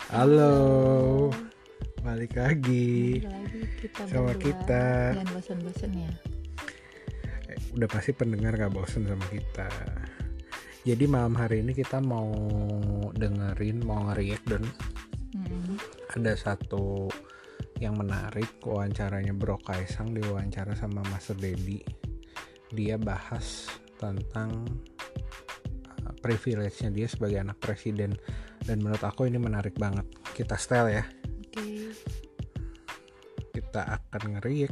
Halo, balik lagi kita sama berdua. kita. Jangan bosan-bosan ya. Udah pasti pendengar gak bosen sama kita. Jadi malam hari ini kita mau nge-react dan ada satu yang menarik, wawancaranya Bro Kaisang diwawancara sama Mas Dedi. Dia bahas tentang privilege-nya dia sebagai anak presiden, dan menurut aku ini menarik banget. Kita style ya. Oke. Kita akan nge-react.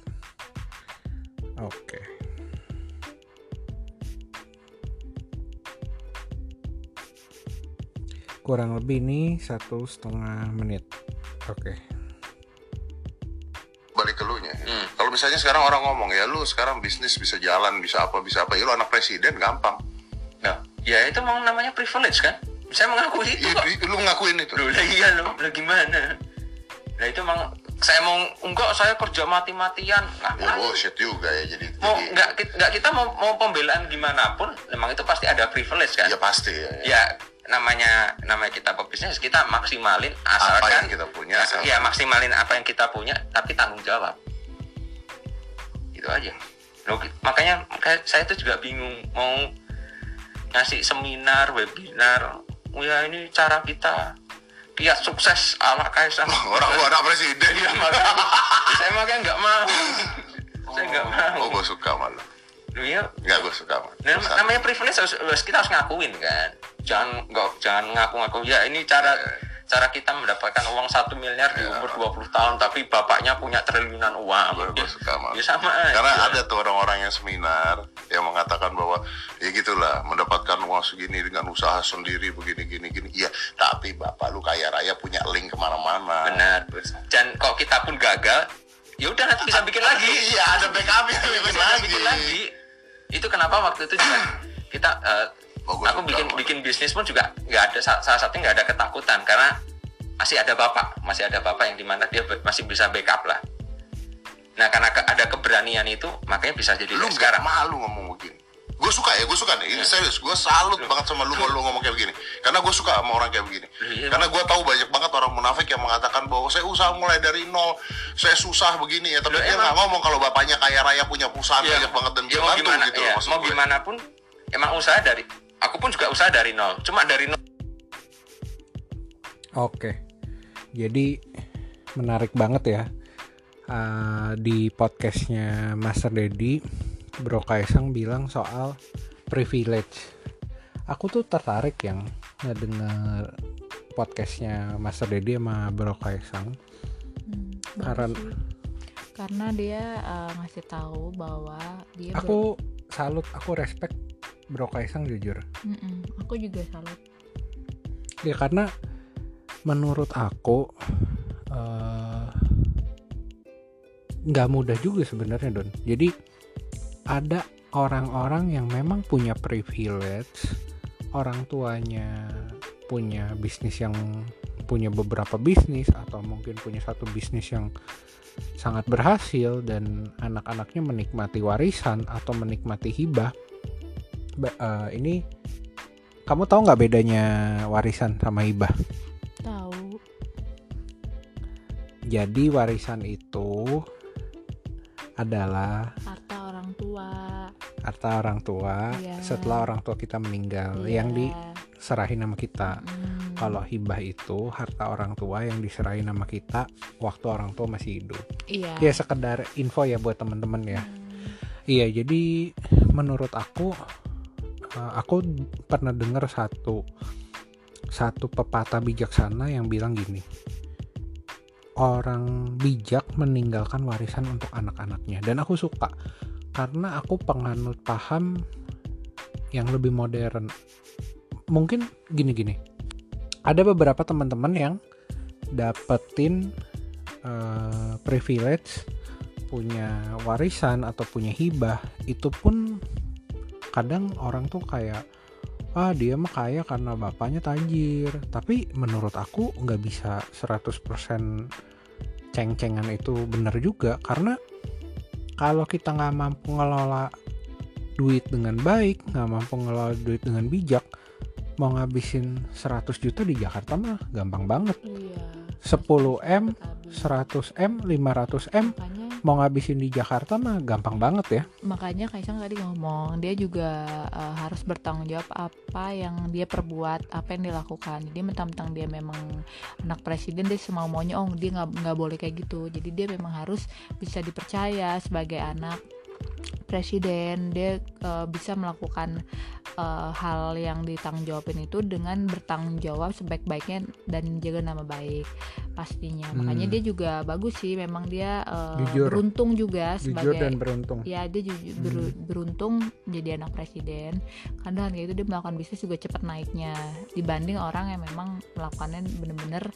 Oke. Kurang lebih ini 1,5 menit. Oke. Balik ke lu nya. Kalau misalnya sekarang orang ngomong ya lu sekarang bisnis bisa jalan, bisa apa, ya lu anak presiden gampang. Nah, ya itu memang namanya privilege kan? Saya mengakui itu kok. Lu ngakuin itu. Loh, iya loh, gimana? Nah itu memang saya mau enggak, saya kerja mati-matian. Ya bullshit juga ya jadi. Mau enggak kita mau pembelaan gimana pun, memang itu pasti ada privilege kan? Ya pasti ya. Ya namanya kita pebisnis, kita maksimalin asalkan apa yang kita punya. Ya maksimalin apa yang kita punya, tapi tanggung jawab. Itu aja. Loh, makanya saya tuh juga bingung mau ngasih seminar, webinar. Oh ya ini cara kita kiat sukses ala Kaisang. Orang gua anak presiden. Iya makanya. Saya makanya nggak mau. Saya nggak mau. Oh gua suka malah. Loh ya. Nggak, gua suka malah. Nah, namanya privilege kita harus ngakuin kan. Jangan ngaku-ngaku ya ini cara kita mendapatkan uang 1 miliar di umur 20 tahun, tapi bapaknya punya triliunan uang. Gue suka malah. Ya sama aja. Karena ada tuh orang-orang yang seminar yang mengatakan bahwa ya gitulah, mendapatkan uang segini dengan usaha sendiri begini gini. Iya, tapi bapak lu kaya raya punya link kemana-mana. Benar. Dan kalau kita pun gagal, ya udah nanti bisa bikin lagi. Iya, ada backupnya bikin lagi. Itu kenapa waktu itu juga kita aku bikin bisnis pun juga nggak ada, salah satunya nggak ada ketakutan karena masih ada bapak yang dimana dia masih bisa backup lah. Nah karena ada keberanian itu makanya bisa jadi lu sekarang. Malu ngomong begini. Gue suka nih, ini serius, gue salut banget sama lu kalau lu ngomong kayak begini. Karena gue suka sama orang kayak begini. Karena gue tahu banyak banget orang munafik yang mengatakan bahwa saya usaha mulai dari nol, saya susah begini ya. Tapi dia nggak ngomong kalau bapaknya kaya raya punya perusahaan banyak banget dan dia bantu gitu. Mau gimana pun, emang usaha dari, aku pun juga usaha dari nol. Cuma dari nol. Oke. Jadi menarik banget ya. Di podcastnya Mas Dedi, Bro Kaisang bilang soal privilege. Aku tuh tertarik yang ngedenger podcastnya Mas Dedi sama Bro Kaisang. Karena dia ngasih tahu bahwa dia aku salut, aku respect Bro Kaisang jujur. Aku juga salut. Ya karena menurut aku nggak mudah juga sebenarnya Don. Jadi ada orang-orang yang memang punya privilege, orang tuanya punya bisnis yang punya beberapa bisnis atau mungkin punya satu bisnis yang sangat berhasil dan anak-anaknya menikmati warisan atau menikmati hibah. Ini kamu tahu nggak bedanya warisan sama hibah? Tahu. Jadi warisan itu adalah harta orang tua yeah. Setelah orang tua kita meninggal, yang diserahin sama kita. Kalau hibah itu harta orang tua yang diserahin sama kita waktu orang tua masih hidup. Ya sekedar info ya buat teman-teman ya. Iya, jadi menurut aku pernah dengar satu pepatah bijaksana yang bilang gini, orang bijak meninggalkan warisan untuk anak-anaknya. Dan aku suka karena aku penganut paham yang lebih modern. Mungkin gini, ada beberapa teman-teman yang dapetin privilege, punya warisan atau punya hibah, itu pun kadang orang tuh kayak dia mah kaya karena bapaknya tajir. Tapi menurut aku gak bisa 100% ceng-cengan itu benar juga. Karena kalau kita gak mampu ngelola duit dengan baik, gak mampu ngelola duit dengan bijak, mau ngabisin 100 juta di Jakarta mah gampang banget. Iya. 10M, Habis. 100M, 500M Makanya mau ngabisin di Jakarta mah gampang banget ya. makanya Kaisang tadi ngomong dia juga harus bertanggung jawab apa yang dia perbuat, apa yang dilakukan. Jadi mentang-mentang dia memang anak presiden, dia semau maunya dia nggak boleh kayak gitu. Jadi dia memang harus bisa dipercaya sebagai anak presiden. Dia bisa melakukan hal yang ditanggung jawabin itu dengan bertanggung jawab sebaik-baiknya dan jaga nama baik pastinya. Makanya dia juga bagus sih, memang dia Jujur. beruntung juga Jujur sebagai dan beruntung. ya dia beruntung jadi anak presiden. Karena kayak itu dia melakukan bisnis juga cepat naiknya dibanding orang yang memang melakukannya bener-bener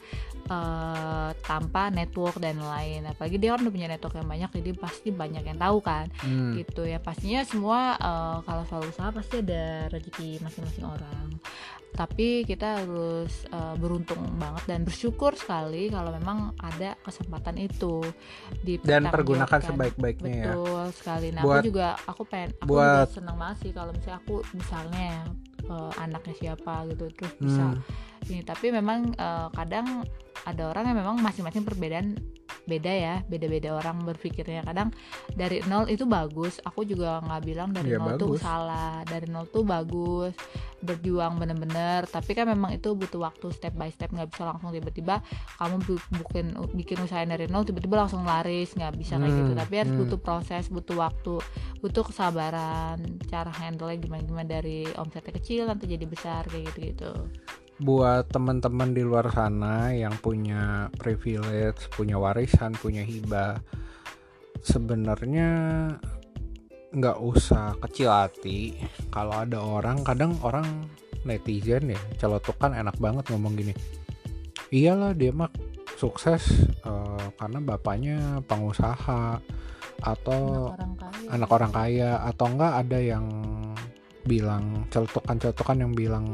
tanpa network dan lain. Apalagi dia orang udah punya network yang banyak, jadi pasti banyak yang tahu kan. Gitu ya, pastinya semua kalau soal usaha pasti ada rezeki masing-masing orang. Tapi kita harus beruntung banget dan bersyukur sekali kalau memang ada kesempatan itu Dan pergunakan sebaik-baiknya ya. Betul sekali. Nah, Buat- aku juga senang banget sih kalau misalnya aku misalnya anaknya siapa gitu terus bisa ini. Tapi memang kadang ada orang yang memang masing-masing perbedaan beda-beda orang berpikirnya. Kadang dari nol itu bagus, aku juga nggak bilang dari nol tuh salah, dari nol tuh bagus, berjuang bener-bener. Tapi kan memang itu butuh waktu, step by step, nggak bisa langsung tiba-tiba kamu bikin usaha dari nol tiba-tiba langsung laris, nggak bisa kayak gitu. Tapi harus butuh proses, butuh waktu, butuh kesabaran, cara handle-nya gimana dari omsetnya kecil nanti jadi besar kayak gitu-gitu. Buat teman-teman di luar sana yang punya privilege, punya warisan, punya hibah, sebenarnya nggak usah kecil hati kalau ada kadang orang netizen ya celotukan enak banget ngomong gini, iyalah dia mah sukses karena bapaknya pengusaha atau anak orang kaya, atau enggak ada yang bilang celotukan yang bilang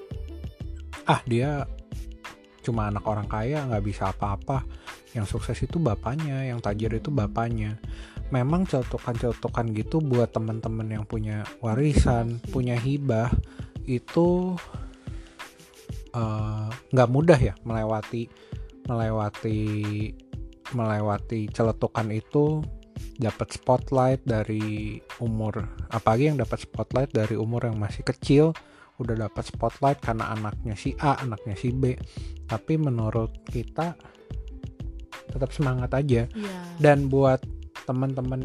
dia cuma anak orang kaya nggak bisa apa-apa, yang sukses itu bapaknya, yang tajir itu bapaknya. Memang celotukan gitu buat teman-teman yang punya warisan, punya hibah itu nggak mudah ya melewati celotukan itu. Dapat spotlight dari umur, apalagi yang dapat spotlight dari umur yang masih kecil, udah dapat spotlight karena anaknya si A, anaknya si B. Tapi menurut kita tetap semangat aja. Dan buat teman-teman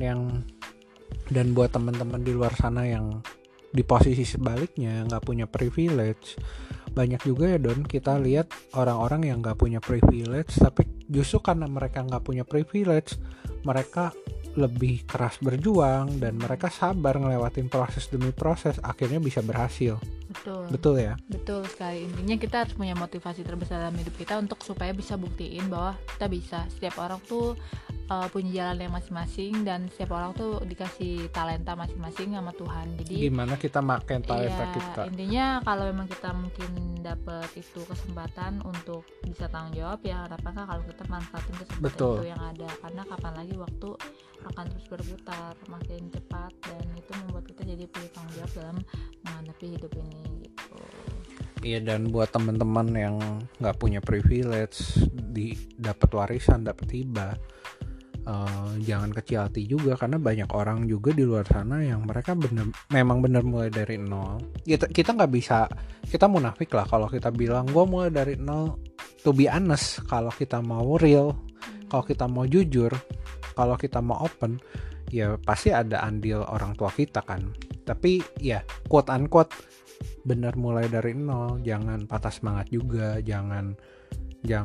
di luar sana yang di posisi sebaliknya nggak punya privilege, banyak juga ya Don, kita lihat orang-orang yang nggak punya privilege, tapi justru karena mereka nggak punya privilege, mereka lebih keras berjuang dan mereka sabar ngelewatin proses demi proses, akhirnya bisa berhasil. Betul ya? Betul sekali. Intinya kita harus punya motivasi terbesar dalam hidup kita untuk supaya bisa buktiin bahwa kita bisa. Setiap orang tuh punya jalan yang masing-masing, dan setiap orang tuh dikasih talenta masing-masing sama Tuhan. Jadi gimana kita makan talenta kita? Intinya kalau memang kita mungkin dapat itu kesempatan untuk bisa tanggung jawab, ya kenapa kalau kita manfaatin kesempatan itu yang ada, karena kapan lagi waktu akan terus berputar makin cepat, dan itu membuat kita jadi punya tanggung jawab dalam menghadapi hidup ini gitu. Iya, dan buat teman-teman yang nggak punya privilege, dapat warisan, dapat hibah, jangan kecil hati juga, karena banyak orang juga di luar sana yang mereka memang bener mulai dari nol. Kita nggak bisa, kita munafik lah kalau kita bilang gue mulai dari nol. To be honest, kalau kita mau real, kalau kita mau jujur, kalau kita mau open, ya pasti ada andil orang tua kita kan. Tapi ya quote unquote bener mulai dari nol, jangan patah semangat juga, jangan ya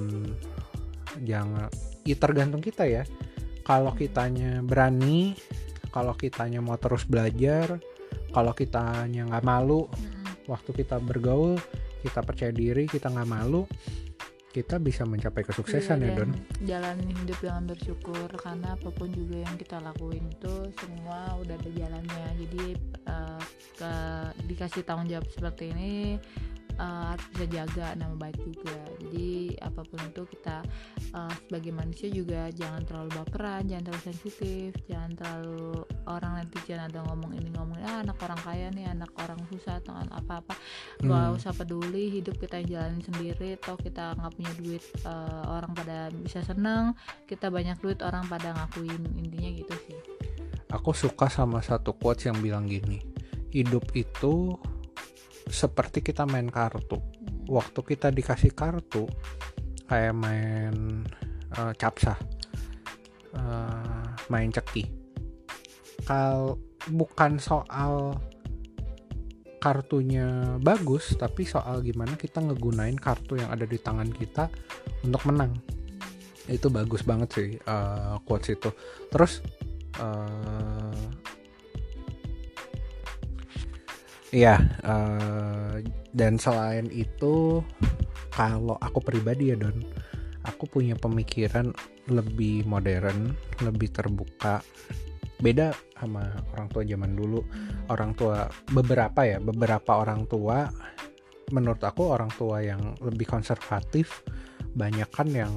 tergantung kita ya. Kalau kitanya berani, kalau kitanya mau terus belajar, kalau kitanya nggak malu, waktu kita bergaul, kita percaya diri, kita nggak malu, kita bisa mencapai kesuksesan ya Don. Jalan hidup dengan bersyukur, karena apapun juga yang kita lakuin itu semua udah ada jalannya. Jadi dikasih tanggung jawab seperti ini, harus bisa jaga nama baik juga. Jadi apapun itu kita sebagai manusia juga jangan terlalu baperan, jangan terlalu sensitif, jangan terlalu orang netizen ada ngomong ini ngomong anak orang kaya nih, anak orang susah atau apa-apa, nggak usah peduli, hidup kita yang jalanin sendiri. Toh kita nggak punya duit, orang pada bisa seneng, kita banyak duit orang pada ngakuin, intinya gitu sih. Aku suka sama satu quotes yang bilang gini, hidup itu seperti kita main kartu. Waktu kita dikasih kartu kayak main capsa, main ceki. Kalau bukan soal kartunya bagus, tapi soal gimana kita ngegunain kartu yang ada di tangan kita untuk menang. Itu bagus banget sih quotes itu. Terus dan selain itu, kalau aku pribadi ya Don, aku punya pemikiran lebih modern, lebih terbuka. Beda sama orang tua zaman dulu. Orang tua beberapa orang tua, menurut aku orang tua yang lebih konservatif, banyak kan yang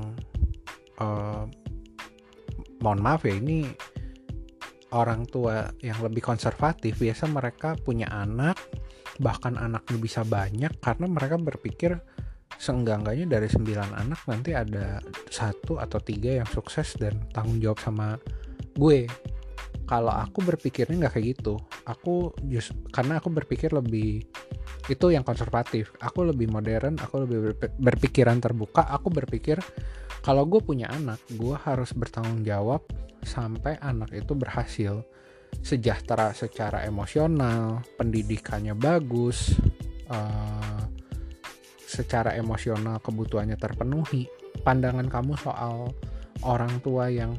mohon maaf ya, ini orang tua yang lebih konservatif biasa mereka punya anak, bahkan anaknya bisa banyak, karena mereka berpikir seenggak-enggaknya dari 9 anak nanti ada 1 atau 3 yang sukses dan tanggung jawab sama gue. Kalau aku berpikirnya nggak kayak gitu. Karena aku berpikir lebih, itu yang konservatif. Aku lebih modern, aku lebih berpikiran terbuka. Aku berpikir kalau gue punya anak, gue harus bertanggung jawab sampai anak itu berhasil, sejahtera secara emosional, pendidikannya bagus, secara emosional kebutuhannya terpenuhi. Pandangan kamu soal orang tua yang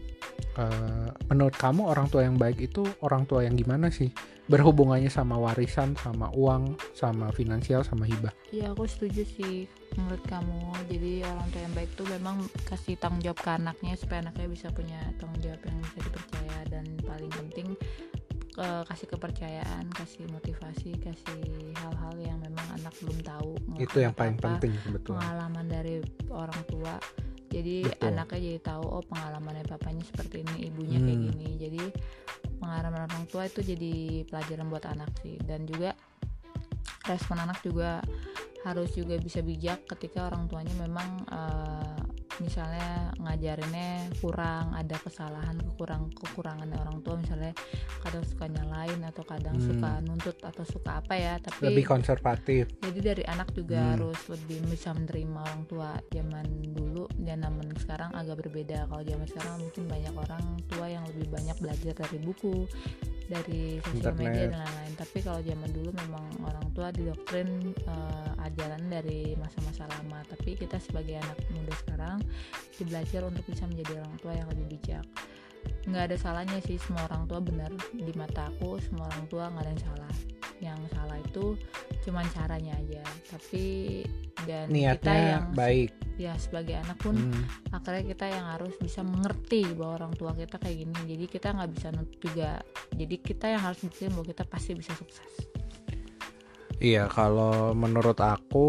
menurut kamu orang tua yang baik itu orang tua yang gimana sih? Berhubungannya sama warisan, sama uang, sama finansial, sama hibah. Iya, aku setuju sih menurut kamu. Jadi orang tua yang baik tuh memang kasih tanggung jawab ke anaknya supaya anaknya bisa punya tanggung jawab yang bisa dipercaya, dan paling penting kasih kepercayaan, kasih motivasi, kasih hal-hal yang memang anak belum tahu. Itu yang paling penting sebetulnya. Pengalaman dari orang tua. Jadi betul. Anaknya jadi tahu, oh pengalamannya papanya seperti ini, ibunya kayak gini. Jadi pengalaman orang tua itu jadi pelajaran buat anak sih. Dan juga respon anak juga harus juga bisa bijak ketika orang tuanya memang misalnya ngajarinnya kurang, ada kesalahan, kekurangan orang tua, misalnya kadang suka nyalain atau kadang suka nuntut atau suka apa ya, tapi lebih konservatif. Jadi dari anak juga harus lebih bisa menerima orang tua. Zaman dulu dan zaman sekarang agak berbeda. Kalau zaman sekarang mungkin banyak orang tua yang lebih banyak belajar dari buku, dari sosial media dan lain-lain. Tapi kalau zaman dulu memang orang tua didoktrin ajaran dari masa-masa lama. Tapi kita sebagai anak muda sekarang belajar untuk bisa menjadi orang tua yang lebih bijak. Nggak ada salahnya sih, semua orang tua benar di mata aku. Semua orang tua nggak ada yang salah. Yang salah itu cuman caranya aja. Tapi dan niatnya kita yang baik. Ya sebagai anak pun akhirnya kita yang harus bisa mengerti bahwa orang tua kita kayak gini. Jadi kita nggak bisa nuntut juga. Jadi kita yang harus buktiin bahwa kita pasti bisa sukses. Iya, kalau menurut aku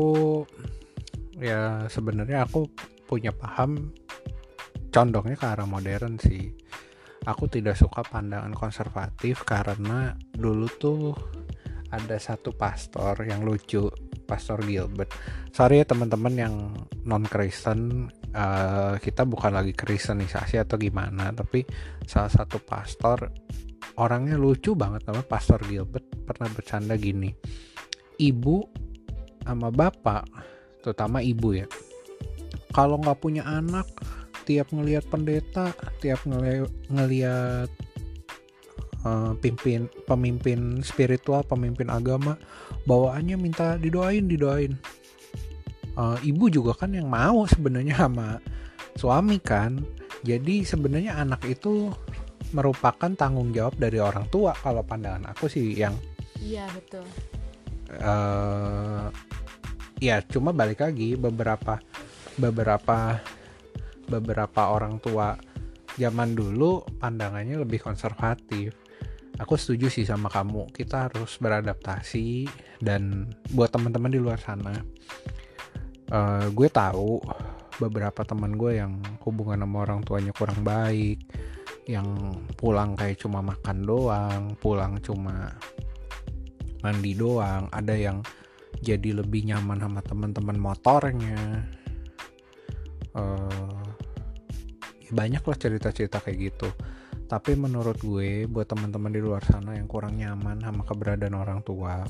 ya sebenarnya aku punya paham condongnya ke arah modern sih. Aku tidak suka pandangan konservatif karena dulu tuh ada satu pastor yang lucu, Pastor Gilbert. Sorry ya teman-teman yang non-Kristen, kita bukan lagi kristenisasi atau gimana, tapi salah satu pastor orangnya lucu banget, namanya Pastor Gilbert, pernah bercanda gini. Ibu sama bapak, terutama ibu ya, kalau nggak punya anak, tiap ngelihat pendeta, tiap ngelihat pemimpin spiritual, pemimpin agama, bawaannya minta didoain. Ibu juga kan yang mau sebenarnya sama suami kan. Jadi sebenarnya anak itu merupakan tanggung jawab dari orang tua, kalau pandangan aku sih yang. Iya betul. Ya cuma balik lagi beberapa orang tua zaman dulu pandangannya lebih konservatif. aku setuju sih sama kamu, kita harus beradaptasi. Dan buat teman-teman di luar sana, gue tahu beberapa teman gue yang hubungan sama orang tuanya kurang baik, yang pulang kayak cuma makan doang, pulang cuma mandi doang, ada yang jadi lebih nyaman sama teman-teman motornya. Banyak lah cerita-cerita kayak gitu. Tapi menurut gue, buat teman-teman di luar sana yang kurang nyaman sama keberadaan orang tua,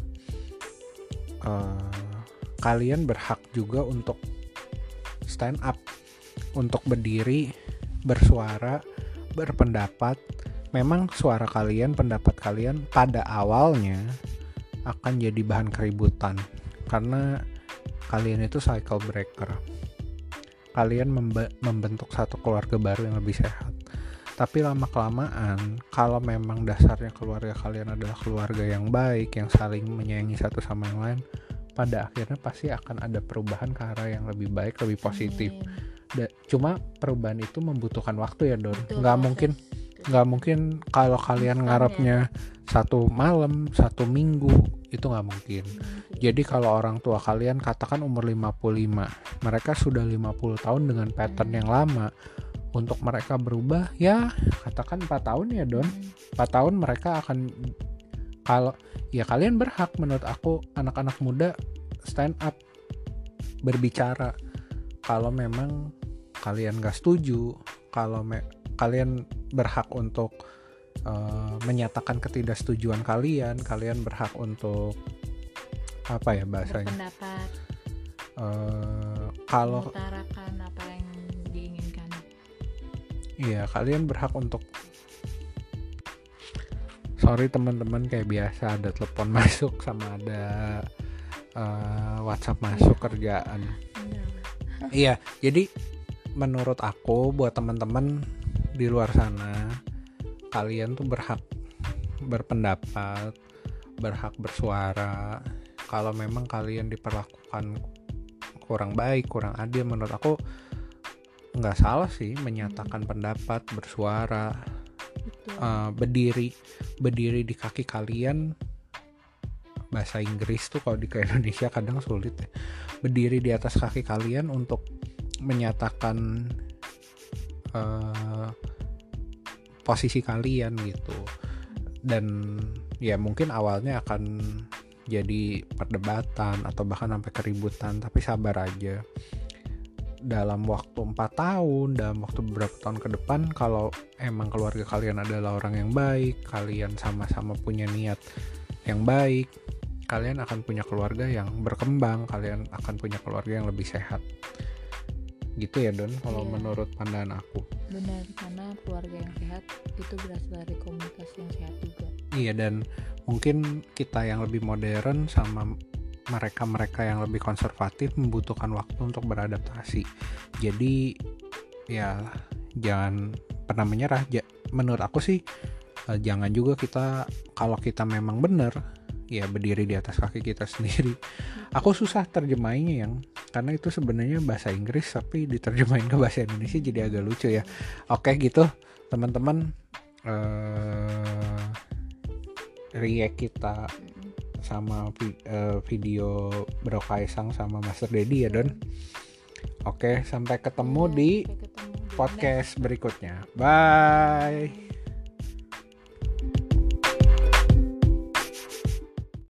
kalian berhak juga untuk stand up, untuk berdiri, bersuara, berpendapat. Memang suara kalian, pendapat kalian pada awalnya akan jadi bahan keributan, karena kalian itu cycle breaker. Kalian membentuk satu keluarga baru yang lebih sehat. Tapi lama-kelamaan, kalau memang dasarnya keluarga kalian adalah keluarga yang baik, yang saling menyayangi satu sama yang lain, pada akhirnya pasti akan ada perubahan ke arah yang lebih baik, lebih positif. Cuma perubahan itu membutuhkan waktu ya, Don. Nggak mungkin kalau kalian ngarepnya satu malam, satu minggu, itu nggak mungkin. Jadi kalau orang tua kalian katakan umur 55, mereka sudah 50 tahun dengan pattern yang lama. Untuk mereka berubah, ya katakan 4 tahun ya, Don. 4 tahun mereka akan, kalau ya kalian berhak, menurut aku, anak-anak muda stand up, berbicara. Kalau memang kalian gak setuju, kalau kalian berhak untuk menyatakan ketidaksetujuan kalian berhak untuk apa ya bahasanya, berpendapat, kalau mengutarakan apa yang diinginkan. Iya, kalian berhak untuk, sorry teman-teman, kayak biasa ada telepon masuk sama ada WhatsApp masuk kerjaan. Iya, jadi menurut aku, buat teman-teman di luar sana, kalian tuh berhak berpendapat, berhak bersuara. Kalau memang kalian diperlakukan kurang baik, kurang adil, menurut aku nggak salah sih menyatakan pendapat, bersuara, berdiri di kaki kalian. Bahasa Inggris tuh kalau di Indonesia kadang sulit ya. Berdiri di atas kaki kalian untuk menyatakan posisi kalian gitu. Dan ya mungkin awalnya akan jadi perdebatan atau bahkan sampai keributan, tapi sabar aja. Dalam waktu 4 tahun, dalam waktu beberapa tahun ke depan, kalau emang keluarga kalian adalah orang yang baik, kalian sama-sama punya niat yang baik, kalian akan punya keluarga yang berkembang, kalian akan punya keluarga yang lebih sehat. Gitu ya, Don, kalau menurut pandangan aku. Benar, karena keluarga yang sehat itu berasal dari komunikasi yang sehat juga. Iya, dan mungkin kita yang lebih modern sama mereka yang lebih konservatif membutuhkan waktu untuk beradaptasi. Jadi ya jangan pernah menyerah. Menurut aku sih jangan juga kita, kalau kita memang benar, ya berdiri di atas kaki kita sendiri. Aku susah terjemahinnya karena itu sebenarnya bahasa Inggris tapi diterjemahin ke bahasa Indonesia jadi agak lucu ya. Oke gitu teman-teman, react kita sama video Bro Kaisang sama Master Dedi ya, Don. Oke, sampai ketemu di podcast berikutnya. Bye.